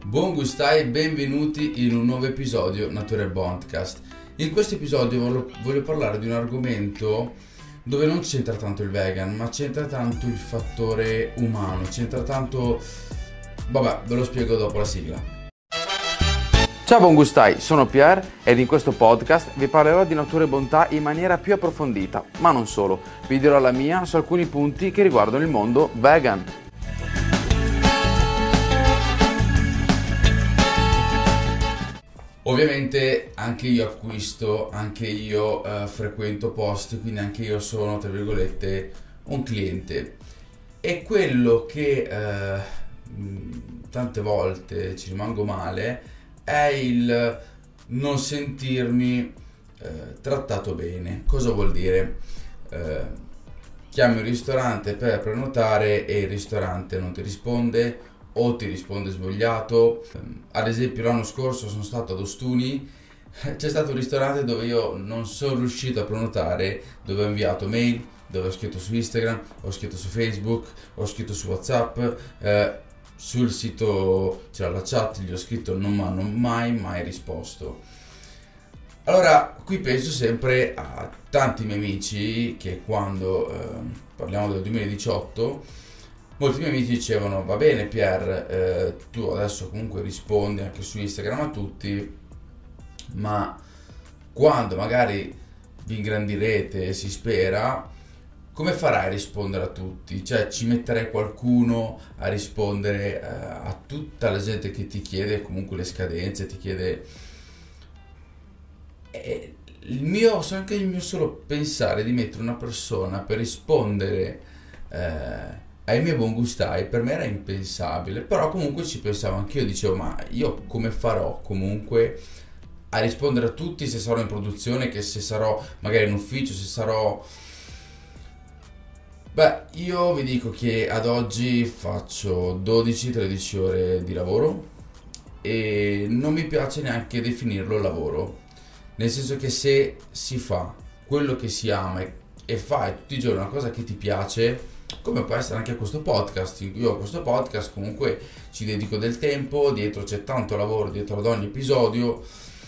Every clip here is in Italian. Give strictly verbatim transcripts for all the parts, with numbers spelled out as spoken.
Buon gustai e benvenuti in un nuovo episodio Nature Bondcast. In questo episodio voglio, voglio parlare di un argomento dove non c'entra tanto il vegan, ma c'entra tanto il fattore umano, c'entra tanto... Vabbè, ve lo spiego dopo la sigla. Ciao buon gustai, sono Pierre ed in questo podcast vi parlerò di natura e bontà in maniera più approfondita, ma non solo, vi dirò la mia su alcuni punti che riguardano il mondo vegan. Ovviamente anche io acquisto, anche io eh, frequento posti, quindi anche io sono, tra virgolette, un cliente. E quello che eh, tante volte ci rimango male è il non sentirmi eh, trattato bene. Cosa vuol dire? Eh, chiami un ristorante per prenotare e il ristorante non ti risponde o ti risponde svogliato. Ad esempio l'anno scorso sono stato ad Ostuni, c'è stato un ristorante dove io non sono riuscito a prenotare, dove ho inviato mail, dove ho scritto su Instagram, ho scritto su Facebook, ho scritto su WhatsApp, eh, sul sito c'era la chat, gli ho scritto, non mi hanno mai mai risposto. Allora qui penso sempre a tanti miei amici che quando eh, parliamo del duemiladiciotto, molti miei amici dicevano: va bene Pierre, eh, tu adesso comunque rispondi anche su Instagram a tutti, ma quando magari vi ingrandirete, si spera, come farai a rispondere a tutti? Cioè ci metterai qualcuno a rispondere eh, a tutta la gente che ti chiede comunque le scadenze, ti chiede... E il mio, anche il mio solo pensare di mettere una persona per rispondere eh, ai miei buon gustai per me era impensabile, però comunque ci pensavo anch'io, dicevo ma io come farò comunque a rispondere a tutti se sarò in produzione, che se sarò magari in ufficio, se sarò... Beh, io vi dico che ad oggi faccio dodici tredici ore di lavoro e non mi piace neanche definirlo lavoro, nel senso che se si fa quello che si ama e, e fai tutti i giorni una cosa che ti piace, come può essere anche questo podcast. Io a questo podcast comunque ci dedico del tempo, dietro c'è tanto lavoro dietro ad ogni episodio,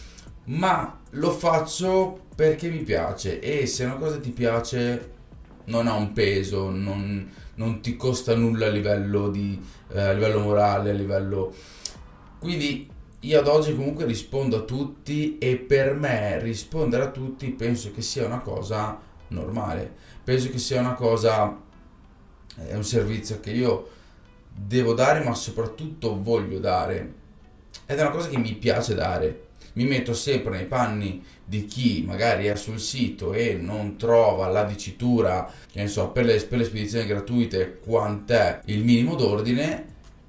ma lo faccio perché mi piace, e se una cosa ti piace non ha un peso, non, non ti costa nulla a livello di eh, a livello morale, a livello... Quindi io ad oggi comunque rispondo a tutti, e per me rispondere a tutti penso che sia una cosa normale, penso che sia una cosa... è un servizio che io devo dare, ma soprattutto voglio dare, ed è una cosa che mi piace dare. Mi metto sempre nei panni di chi magari è sul sito e non trova la dicitura, che ne so, per le, per le spedizioni gratuite quant'è il minimo d'ordine.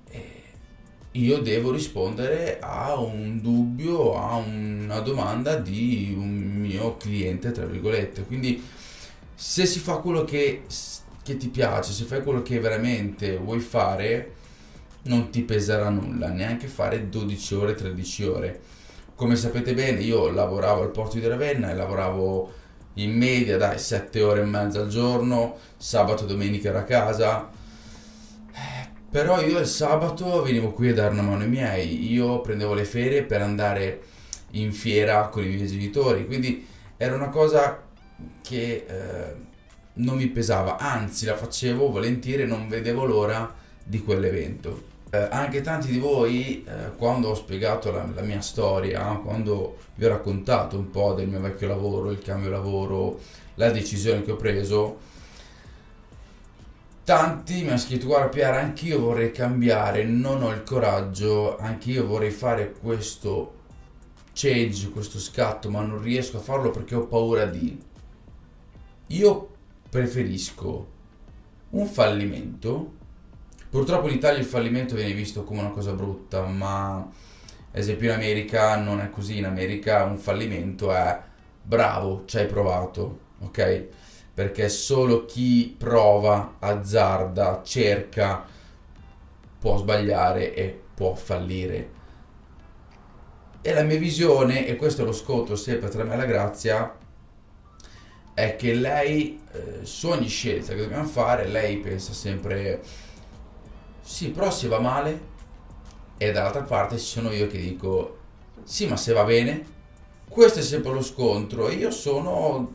Io devo rispondere a un dubbio, a una domanda di un mio cliente, tra virgolette. Quindi se si fa quello che che ti piace, se fai quello che veramente vuoi fare, non ti peserà nulla, neanche fare dodici ore, tredici ore. Come sapete bene, io lavoravo al porto di Ravenna e lavoravo in media dai sette ore e mezza al giorno, sabato e domenica ero a casa. Però io il sabato venivo qui a dare una mano ai miei, io prendevo le ferie per andare in fiera con i miei genitori, quindi era una cosa che eh, non mi pesava, anzi la facevo volentieri, non vedevo l'ora di quell'evento. Eh, anche tanti di voi, eh, quando ho spiegato la, la mia storia, quando vi ho raccontato un po' del mio vecchio lavoro, il cambio lavoro, la decisione che ho preso, tanti mi hanno scritto: guarda Piera, anch'io vorrei cambiare, non ho il coraggio, anch'io vorrei fare questo change, questo scatto, ma non riesco a farlo perché ho paura di... Io preferisco un fallimento. Purtroppo in Italia il fallimento viene visto come una cosa brutta, ma ad esempio in America non è così. In America un fallimento è bravo, ci hai provato, ok? Perché solo chi prova, azzarda, cerca, può sbagliare e può fallire. E la mia visione, e questo lo scontro sempre tra me e la Grazia, è che lei eh, su ogni scelta che dobbiamo fare, lei pensa sempre: sì, però se va male, e dall'altra parte ci sono io che dico sì, ma se va bene, questo è sempre lo scontro. Io sono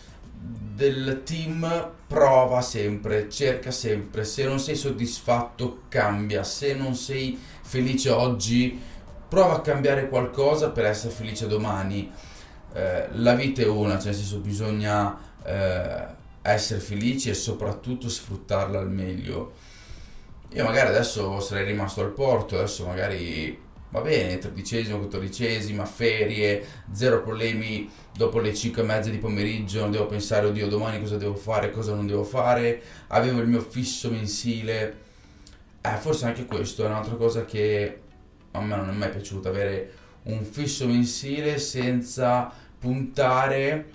del team prova sempre, cerca sempre, se non sei soddisfatto cambia, se non sei felice oggi prova a cambiare qualcosa per essere felice domani. Eh, la vita è una, cioè nel senso bisogna eh, essere felici e soprattutto sfruttarla al meglio. Io magari adesso sarei rimasto al porto, adesso magari va bene, tredicesima, quattordicesima, ferie, zero problemi, dopo le cinque e mezza di pomeriggio non devo pensare, oddio, domani cosa devo fare, cosa non devo fare, avevo il mio fisso mensile. Eh, forse anche questo è un'altra cosa che a me non è mai piaciuto, avere un fisso mensile senza puntare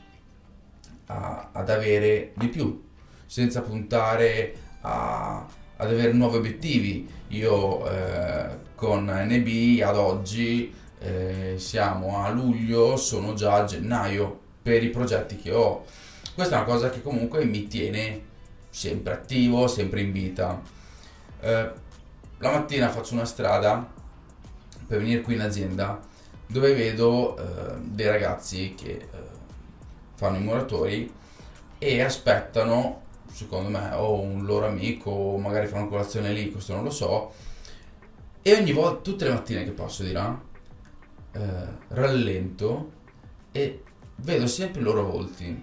a- ad avere di più, senza puntare a- ad avere nuovi obiettivi. Io eh, con N B ad oggi eh, siamo a luglio, sono già a gennaio per i progetti che ho. Questa è una cosa che comunque mi tiene sempre attivo, sempre in vita. Eh, la mattina faccio una strada per venire qui in azienda dove vedo eh, dei ragazzi che eh, fanno i muratori e aspettano, secondo me, o un loro amico o magari fanno colazione lì, questo non lo so, e ogni volta, tutte le mattine che passo di là, eh, rallento e vedo sempre i loro volti.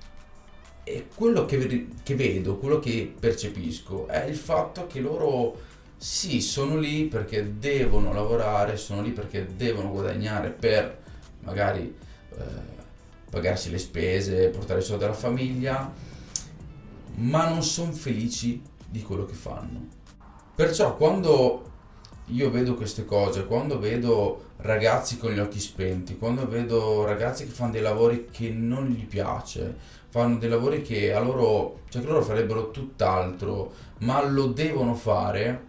E quello che, ve- che vedo, quello che percepisco è il fatto che loro sì, sono lì perché devono lavorare, sono lì perché devono guadagnare per magari eh, pagarsi le spese, portare i soldi alla famiglia, ma non sono felici di quello che fanno. Perciò quando io vedo queste cose, quando vedo ragazzi con gli occhi spenti, quando vedo ragazzi che fanno dei lavori che non gli piace, fanno dei lavori che a loro, cioè che loro farebbero tutt'altro, ma lo devono fare,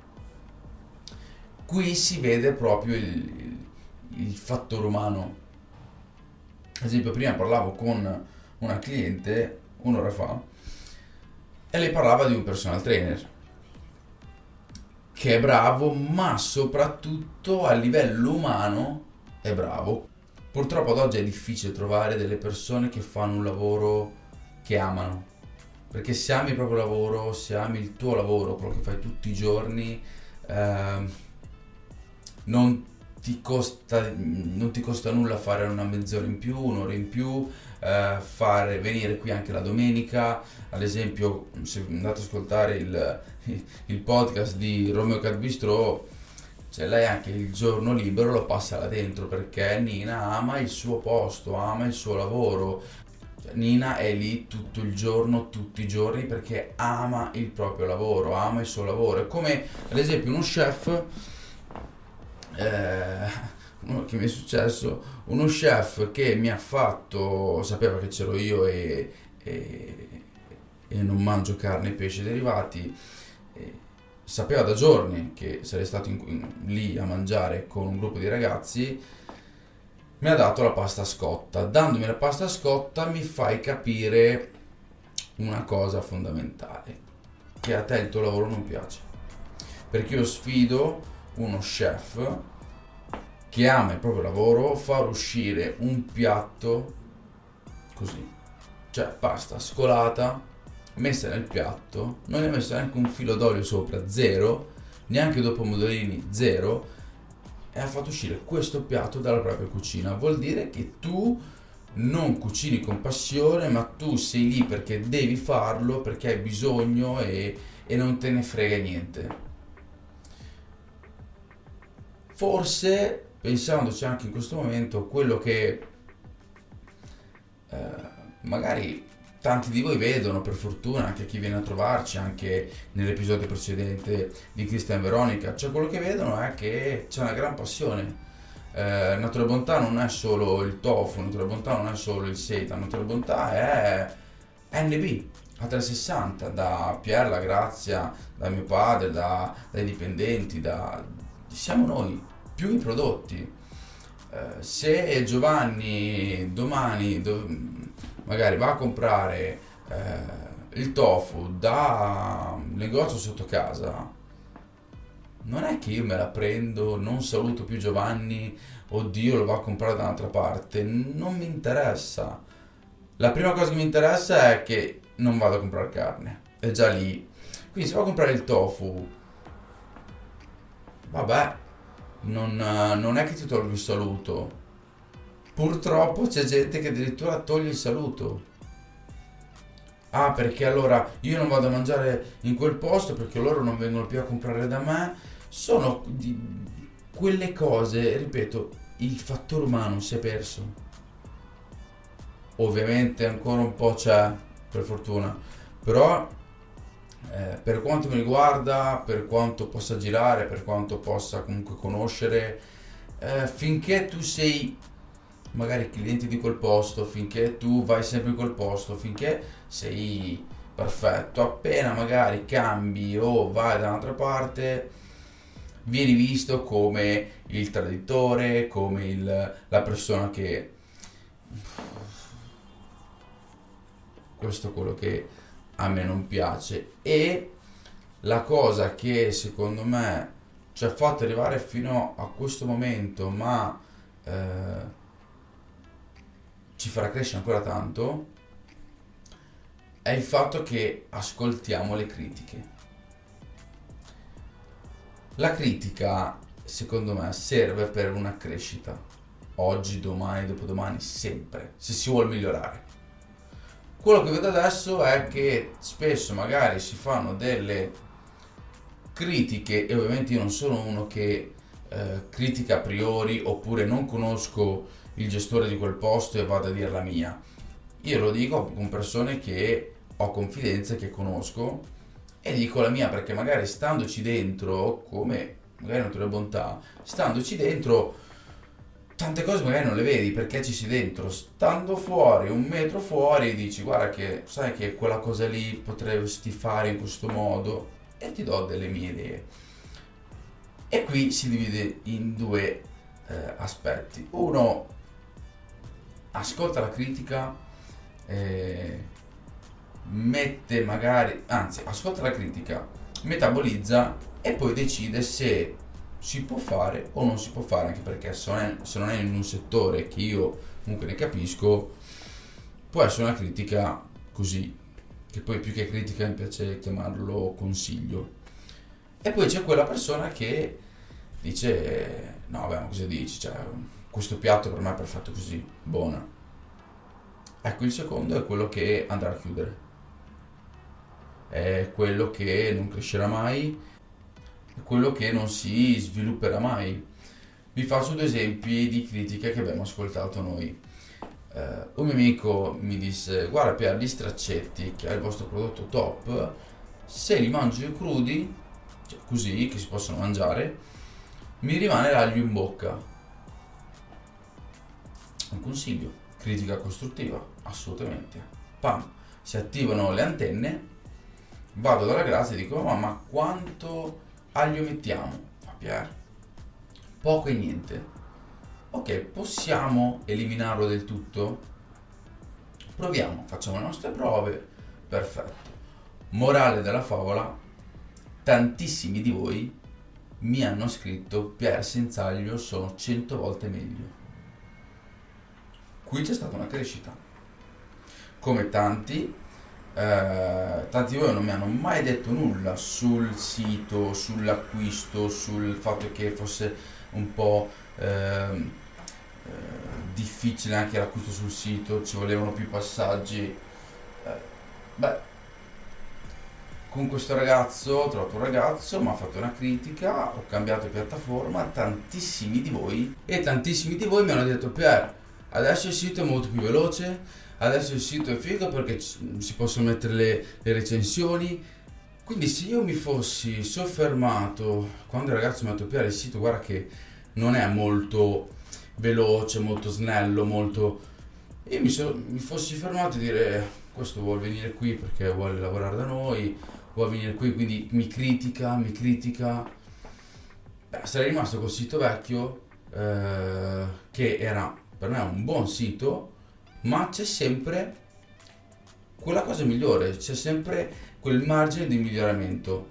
qui si vede proprio il, il, il fattore umano. Ad esempio, prima parlavo con una cliente un'ora fa e lei parlava di un personal trainer che è bravo, ma soprattutto a livello umano è bravo. Purtroppo ad oggi è difficile trovare delle persone che fanno un lavoro che amano, perché se ami il proprio lavoro, se ami il tuo lavoro, quello che fai tutti i giorni, ehm, non ti costa, non ti costa nulla fare una mezz'ora in più, un'ora in più, eh, fare venire qui anche la domenica. Ad esempio, se andate ad ascoltare il, il podcast di Romeo Cat Bistro, cioè lei anche il giorno libero lo passa là dentro perché Nina ama il suo posto, ama il suo lavoro. Cioè, Nina è lì tutto il giorno, tutti i giorni, perché ama il proprio lavoro, ama il suo lavoro. È come ad esempio uno chef, eh, che mi è successo, uno chef che mi ha fatto, sapeva che c'ero io e, e, e non mangio carne e pesce derivati, e sapeva da giorni che sarei stato in, in, lì a mangiare con un gruppo di ragazzi, mi ha dato la pasta scotta. Dandomi la pasta scotta mi fai capire una cosa fondamentale, che a te il tuo lavoro non piace, perché io sfido uno chef che ama il proprio lavoro, far uscire un piatto così, cioè pasta scolata messa nel piatto, non gli ha messo neanche un filo d'olio sopra, zero, neanche due pomodorini, zero, e ha fatto uscire questo piatto dalla propria cucina. Vuol dire che tu non cucini con passione, ma tu sei lì perché devi farlo, perché hai bisogno e, e non te ne frega niente. Forse, pensandoci anche in questo momento, quello che eh, magari tanti di voi vedono, per fortuna, anche chi viene a trovarci, anche nell'episodio precedente di Cristian Veronica, cioè quello che vedono è che c'è una gran passione. Eh, Natura Bontà non è solo il tofu, Natura Bontà non è solo il seitan, Natura Bontà è N B a trecentosessanta, da Pier, la Grazia, da mio padre, da, dai dipendenti, da, siamo noi, più i prodotti. Eh, se Giovanni domani do, magari va a comprare eh, il tofu da un negozio sotto casa, non è che io me la prendo, non saluto più Giovanni, oddio lo va a comprare da un'altra parte, non mi interessa. La prima cosa che mi interessa è che non vado a comprare carne, è già lì. Quindi se vado a comprare il tofu, vabbè, non, non è che ti tolgo il saluto. Purtroppo c'è gente che addirittura toglie il saluto. Ah, perché allora io non vado a mangiare in quel posto perché loro non vengono più a comprare da me. Sono di quelle cose, ripeto, il fattore umano si è perso. Ovviamente ancora un po' c'è, per fortuna, però eh, per quanto mi riguarda, per quanto possa girare, per quanto possa comunque conoscere, eh, finché tu sei magari cliente di quel posto, finché tu vai sempre in quel posto, finché sei perfetto, appena magari cambi o vai da un'altra parte, vieni visto come il traditore, come il, la persona che... Questo è quello che a me non piace, e la cosa che secondo me ci ha fatto arrivare fino a questo momento, ma eh, ci farà crescere ancora tanto, è il fatto che ascoltiamo le critiche. La critica, secondo me, serve per una crescita. Oggi, domani, dopodomani, sempre, se si vuole migliorare. Quello che vedo adesso è che spesso magari si fanno delle critiche, e ovviamente io non sono uno che eh, critica a priori, oppure non conosco il gestore di quel posto e vado a dire la mia. Io lo dico con persone che ho confidenza, che conosco, e dico la mia, perché magari standoci dentro, come magari Natura e Bontà, standoci dentro tante cose magari non le vedi perché ci sei dentro. Stando fuori, un metro fuori, dici guarda che sai che quella cosa lì potresti fare in questo modo, e ti do delle mie idee. E qui si divide in due eh, aspetti. Uno ascolta la critica, eh, mette magari, anzi ascolta la critica, metabolizza e poi decide se si può fare o non si può fare, anche perché se non è, se non è in un settore che io comunque ne capisco, può essere una critica così, che poi più che critica mi piace chiamarlo consiglio. E poi c'è quella persona che dice no vabbè, ma cosa dici, cioè, questo piatto per me è perfetto così, buona. Ecco, il secondo è quello che andrà a chiudere, è quello che non crescerà mai, quello che non si svilupperà mai. Vi faccio due esempi di critiche che abbiamo ascoltato noi. Uh, un mio amico mi disse guarda Pier, gli straccetti, che è il vostro prodotto top, se li mangio crudi, cioè così che si possono mangiare, mi rimane l'aglio in bocca. Un consiglio, critica costruttiva, assolutamente. Pam, si attivano le antenne, vado dalla Grazia e dico ma, ma quanto aglio mettiamo? Fa Pier, poco e niente. Ok, possiamo eliminarlo del tutto? Proviamo, facciamo le nostre prove. Perfetto. Morale della favola: tantissimi di voi mi hanno scritto Pier, senza aglio sono cento volte meglio. Qui c'è stata una crescita. Come tanti Eh, tanti di voi non mi hanno mai detto nulla sul sito, sull'acquisto, sul fatto che fosse un po' ehm, eh, difficile anche l'acquisto sul sito, ci volevano più passaggi. Eh, beh, con questo ragazzo, ho trovato un ragazzo, mi ha fatto una critica, ho cambiato piattaforma, tantissimi di voi, e tantissimi di voi mi hanno detto Pier, adesso il sito è molto più veloce, adesso il sito è figo perché si possono mettere le, le recensioni. Quindi se io mi fossi soffermato, quando il ragazzo mi ha detto Pier, il sito guarda che non è molto veloce, molto snello, molto... io mi, so, mi fossi fermato a dire questo vuole venire qui perché vuole lavorare da noi, vuole venire qui quindi mi critica, mi critica. Beh, sarei rimasto col sito vecchio, eh, che era per me un buon sito, ma c'è sempre quella cosa migliore, c'è sempre quel margine di miglioramento.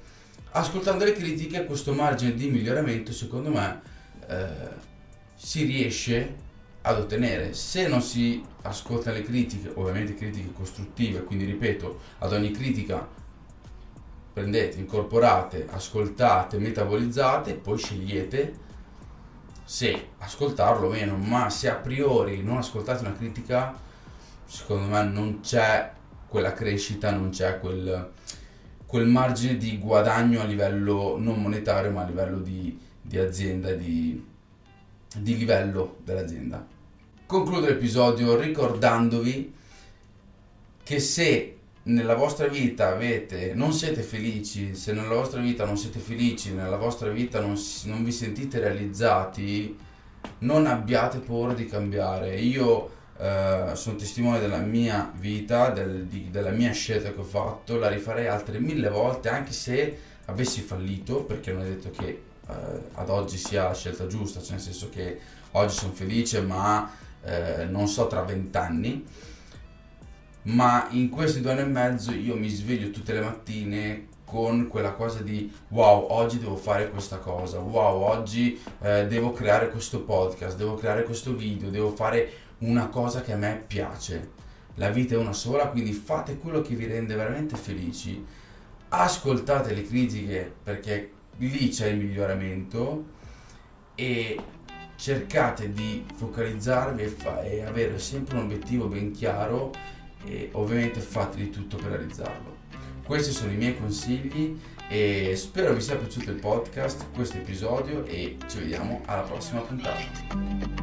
ascoltando le critiche questo margine di miglioramento secondo me eh, si riesce ad ottenere. Se non si ascolta le critiche, ovviamente critiche costruttive, quindi ripeto, ad ogni critica prendete, incorporate, ascoltate, metabolizzate, poi scegliete se ascoltarlo o meno. Ma se a priori non ascoltate una critica, secondo me non c'è quella crescita, non c'è quel, quel margine di guadagno a livello non monetario, ma a livello di, di azienda, di, di livello dell'azienda. Concludo l'episodio ricordandovi che se nella vostra vita avete, non siete felici, se nella vostra vita non siete felici, nella vostra vita non, non vi sentite realizzati, non abbiate paura di cambiare. Io eh, sono testimone della mia vita, del, di, della mia scelta che ho fatto, la rifarei altre mille volte, anche se avessi fallito, perché non è detto che eh, ad oggi sia la scelta giusta, cioè nel senso che oggi sono felice, ma eh, non so tra vent'anni. Ma in questi due anni e mezzo io mi sveglio tutte le mattine con quella cosa di wow, oggi devo fare questa cosa, wow, oggi eh, devo creare questo podcast, devo creare questo video, devo fare una cosa che a me piace. La vita è una sola, quindi fate quello che vi rende veramente felici, ascoltate le critiche perché lì c'è il miglioramento e cercate di focalizzarvi e, fa- e avere sempre un obiettivo ben chiaro e ovviamente fate di tutto per realizzarlo. Questi sono i miei consigli e spero vi sia piaciuto il podcast, questo episodio, e ci vediamo alla prossima puntata.